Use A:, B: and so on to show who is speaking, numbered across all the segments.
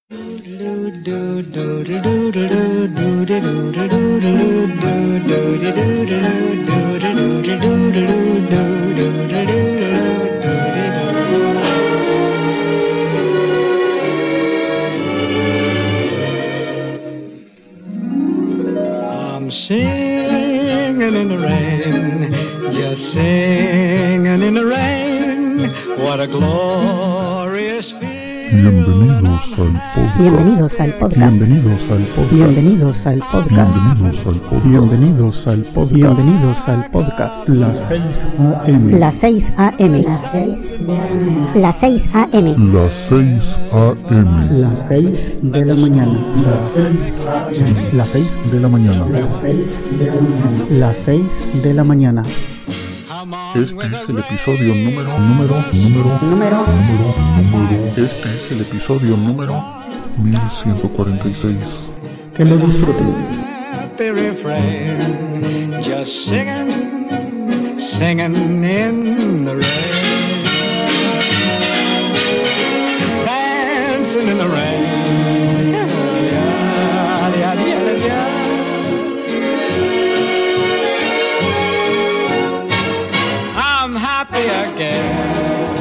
A: I'm singing in the rain, just singing in the rain. What a glorious feeling.
B: Bienvenidos al podcast. Bienvenidos al podcast. Bienvenidos al podcast. Bienvenidos al podcast. Bienvenidos al podcast. Las 6 a.m. Las 6 a.m.
C: Las 6 a.m.
B: Las 6 de la mañana.
C: Las 6 de la mañana.
B: Las 6 de la mañana.
C: Este es el episodio número. Este es el episodio número 1146.
B: Que lo disfruten.
A: Happy refrain, just singing, singing in the rain, dancing in the rain. Yeah, yeah, yeah, yeah. I'm happy again.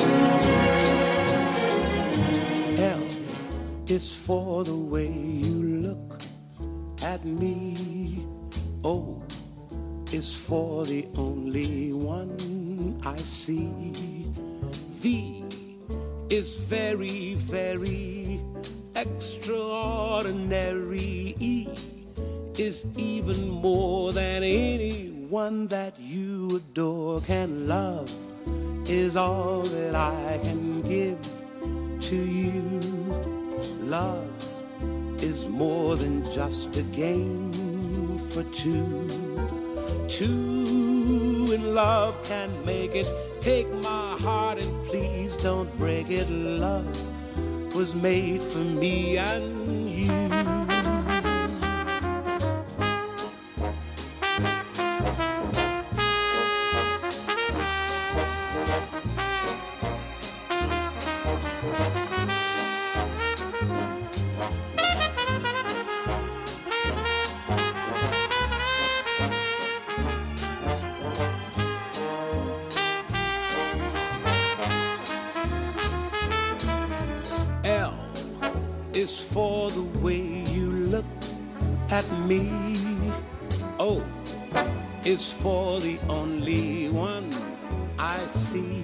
D: L is for the way you look at me. O is for the only one I see. V is very, very extraordinary. E is even more than anyone that you adore can love. Is all that I can give to you. Love is more than just a game for two. Two in love can make it. Take my heart and please don't break it. Love was made for me and you. L is for the way you look at me. O is for the only one I see.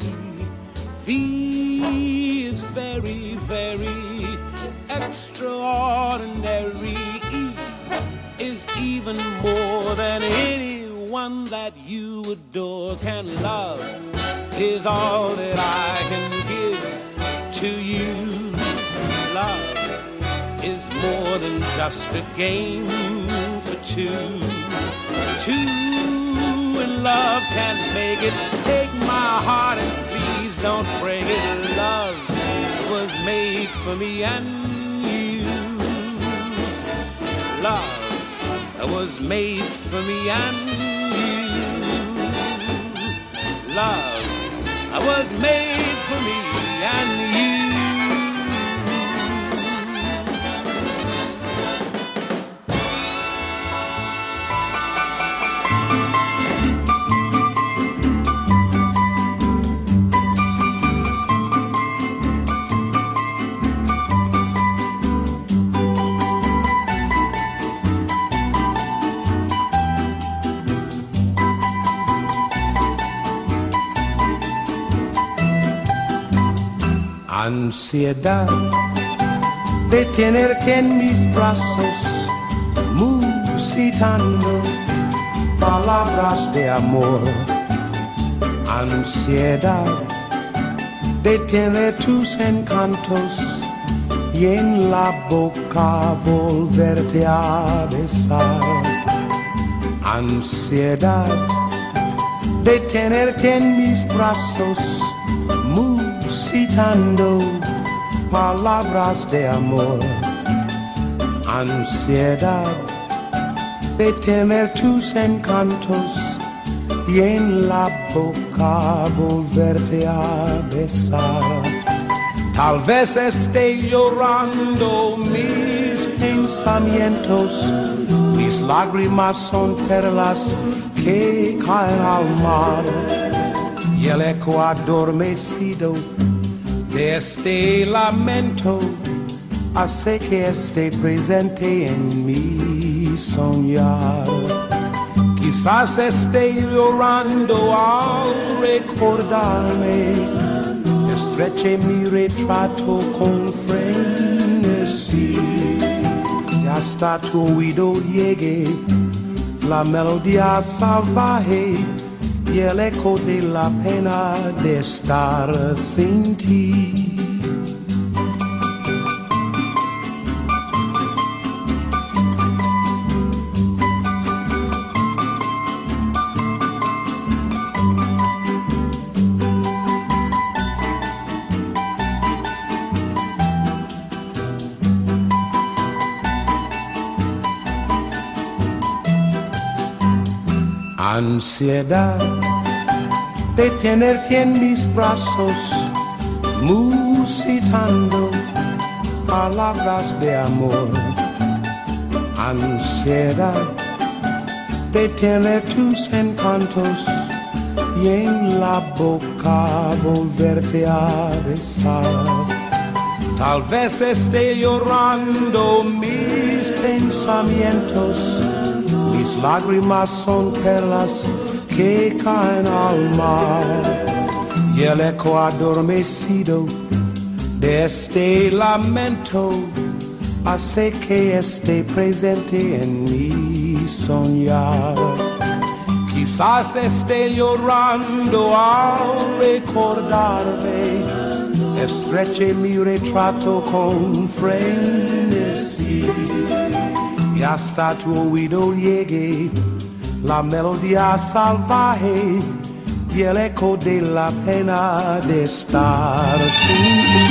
D: V is very, very extraordinary. E is even more than anyone that you adore can love. Is all that I can give to you. Love is more than just a game for two. Two in love can make it. Take my heart and please don't break it. Love was made for me and you. Love was made for me and you. Love was made for me and you. Ansiedad de tenerte en mis brazos, musitando palabras de amor. Ansiedad de tener tus encantos y en la boca volverte a besar. Ansiedad de tenerte en mis brazos, musitando palabras de amor. Ansiedad de tener tus encantos y en la boca volverte a besar. Tal vez esté llorando mis pensamientos, mis lágrimas son perlas que caen al mar, y el eco adormecido de este lamento hace que esté presente en mi soñar. Quizás esté llorando al recordarme, estreche mi retrato con frenesí, y hasta tu oído llegue la melodía salvaje y el eco de la pena de estar sin ti. Ansiedad de tenerte en mis brazos, musitando palabras de amor. Ansiedad de tener tus encantos y en la boca volverte a besar. Tal vez esté llorando mis pensamientos, mis lágrimas son perlas que caen al mar, y el eco adormecido de este lamento hace que esté presente en mi soñar. Quizás esté llorando al recordarme, estreche mi retrato con frenesí, y hasta tu oído llegue la melodía salvaje y el eco de la pena de estar sin ti.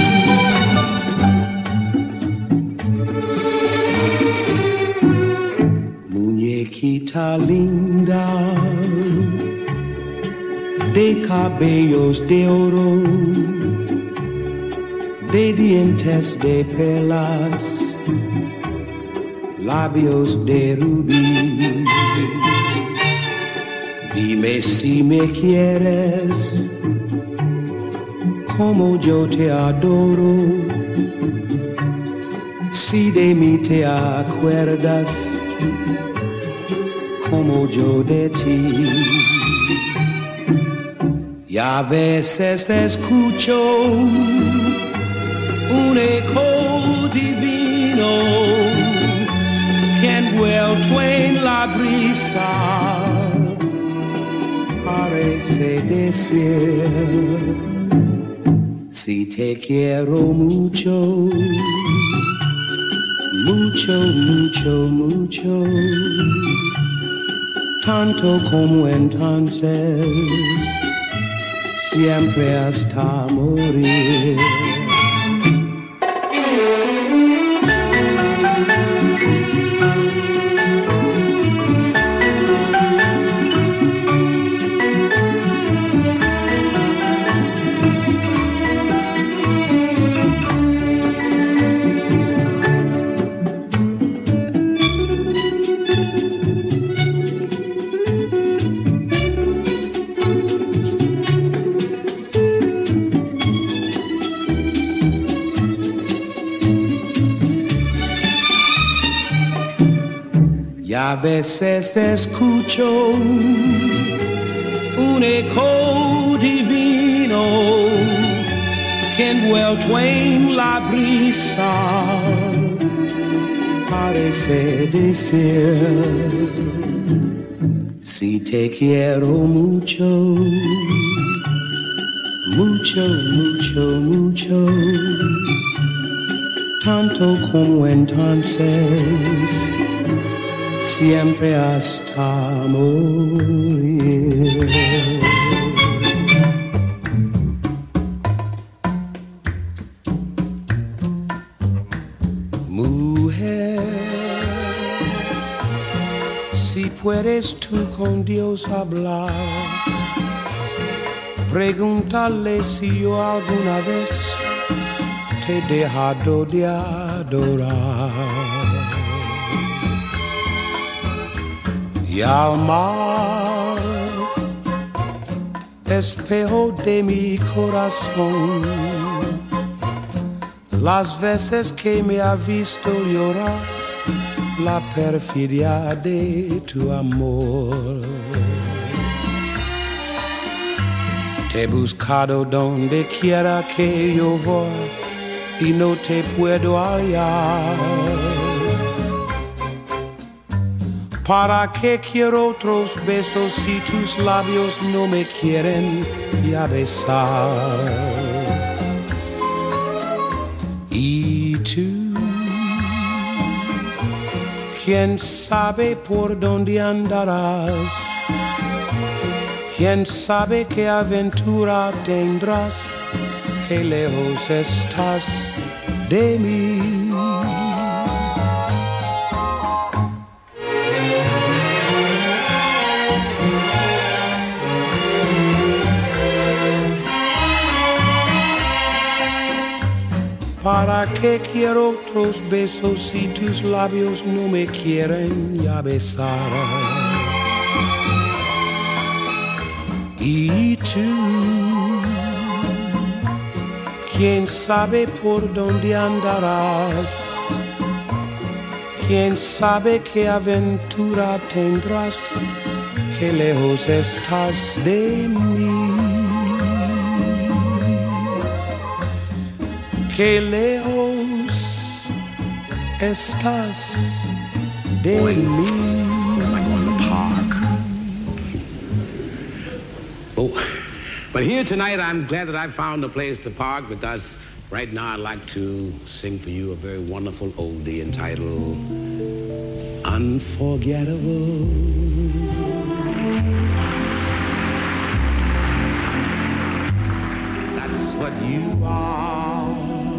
D: Muñequita linda de cabellos de oro, de dientes de perlas, labios de rubí. Dime si me quieres como yo te adoro, si de mí te acuerdas como yo de ti. Y a veces escucho un eco divino que envuelto en la brisa parece decir: si te quiero mucho, mucho, mucho, mucho, tanto como entonces, siempre hasta morir. A veces escucho un eco divino que envuelto en la brisa parece decir: si te quiero mucho, mucho, mucho, mucho, tanto como entonces, siempre hasta morir. Mujer, si puedes tú con Dios hablar, pregúntale si yo alguna vez
A: te he dejado de adorar. Y al mar, espejo de mi corazón, las veces que me ha visto llorar, la perfidia de tu amor. Te he buscado donde quiera que yo voy y no te puedo hallar. ¿Para qué quiero otros besos si tus labios no me quieren ya besar? Y tú, ¿quién sabe por dónde andarás? ¿Quién sabe qué aventura tendrás? Qué lejos estás de mí. ¿Para qué quiero otros besos si tus labios no me quieren ya besar? Y tú, ¿quién sabe por dónde andarás? ¿Quién sabe qué aventura tendrás? Qué lejos estás de mí. Qué lejos estás de mí.
E: Oh, but here tonight, I'm glad that I found a place to park because right now I'd like to sing for you a very wonderful oldie entitled Unforgettable. That's what you are.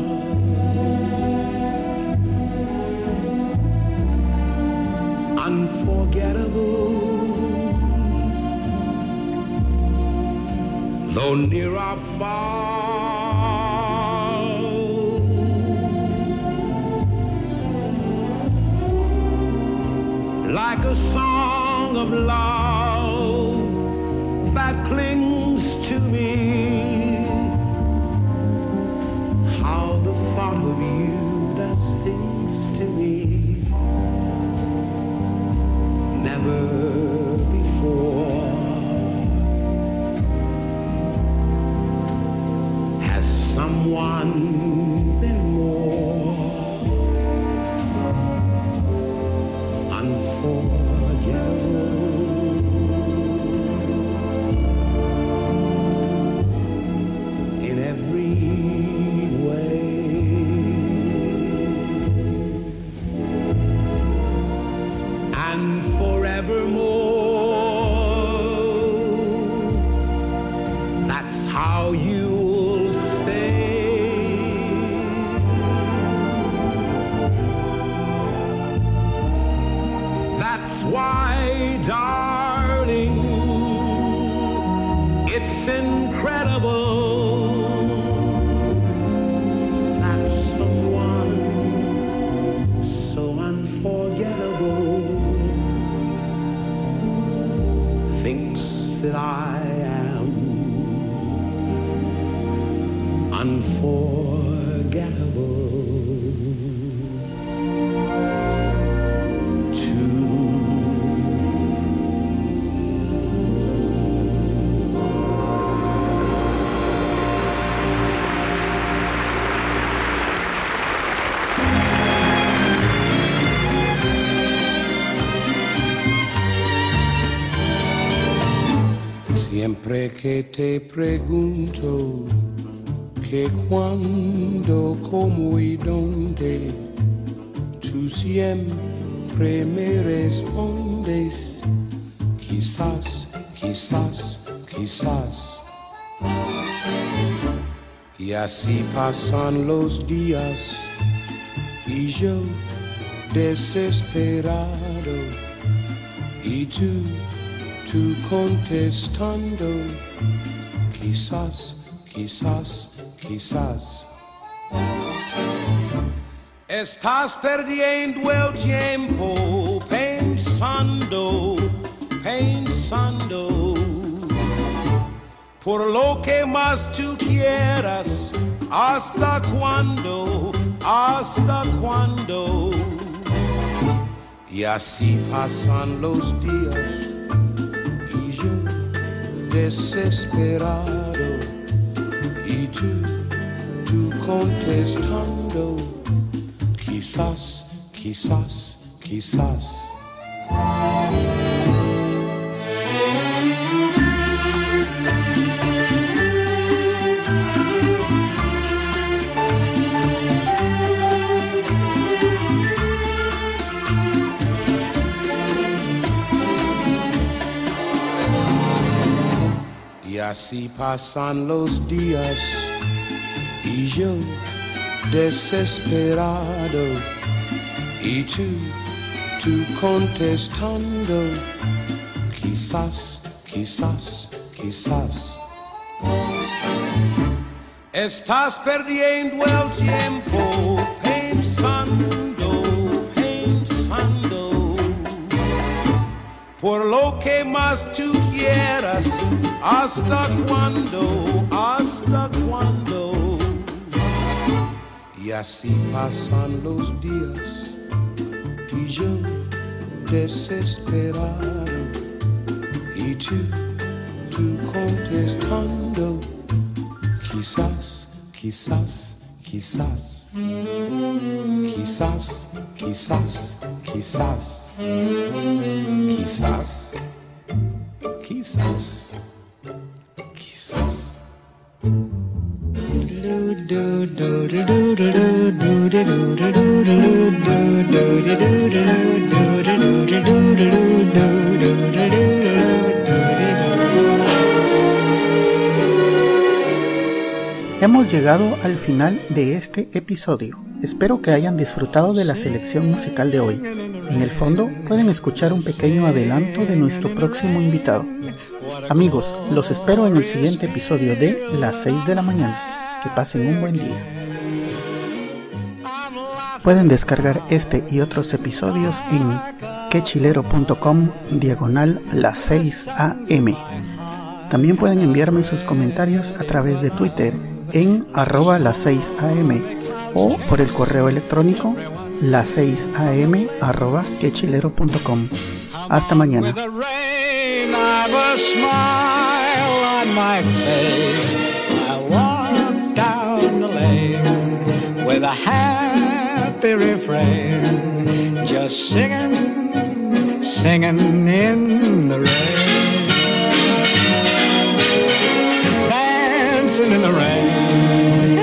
E: Unforgettable. Though near or far, like a song of love that clings to me, how the thought of you does things to me never before. Someone been more unforgettable. In every way. And forevermore. That's how you why, darling, it's incredible that someone so unforgettable thinks that I am unforgettable.
A: Siempre que te pregunto que cuándo, cómo y dónde, tú siempre me respondes, quizás, quizás, quizás. Y así pasan los días y yo desesperado y tú contestando, quizás, quizás, quizás.
D: Estás perdiendo el tiempo pensando, pensando por lo que más tú quieras. ¿Hasta cuándo? ¿Hasta cuándo? Y así pasan los días y yo desesperado y tú contestando. Quizás, quizás, quizás. Y así pasan los días y yo desesperado y tú contestando. Quizás, quizás, quizás. Estás perdiendo el tiempo pensando, pensando por lo que más tú quieras. ¿Hasta cuándo? ¿Hasta cuándo? Y así pasan los días y yo desesperado y tú contestando. Quizás, quizás, quizás. Quizás, quizás, quizás. Quizás, quizás, quizás.
B: Hemos llegado al final de este episodio. Espero que hayan disfrutado de la selección musical de hoy. En el fondo pueden escuchar un pequeño adelanto de nuestro próximo invitado. Amigos, los espero en el siguiente episodio de Las 6 de la mañana. Que pasen un buen día. Pueden descargar este y otros episodios en quechilero.com/las 6 AM. También pueden enviarme sus comentarios a través de Twitter en @las 6 AM o por el correo electrónico las6am@quechilero.com. Hasta mañana.
A: With a happy refrain, just singing, singing in the rain, dancing in the rain.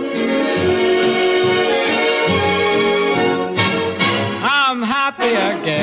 A: I'm happy again.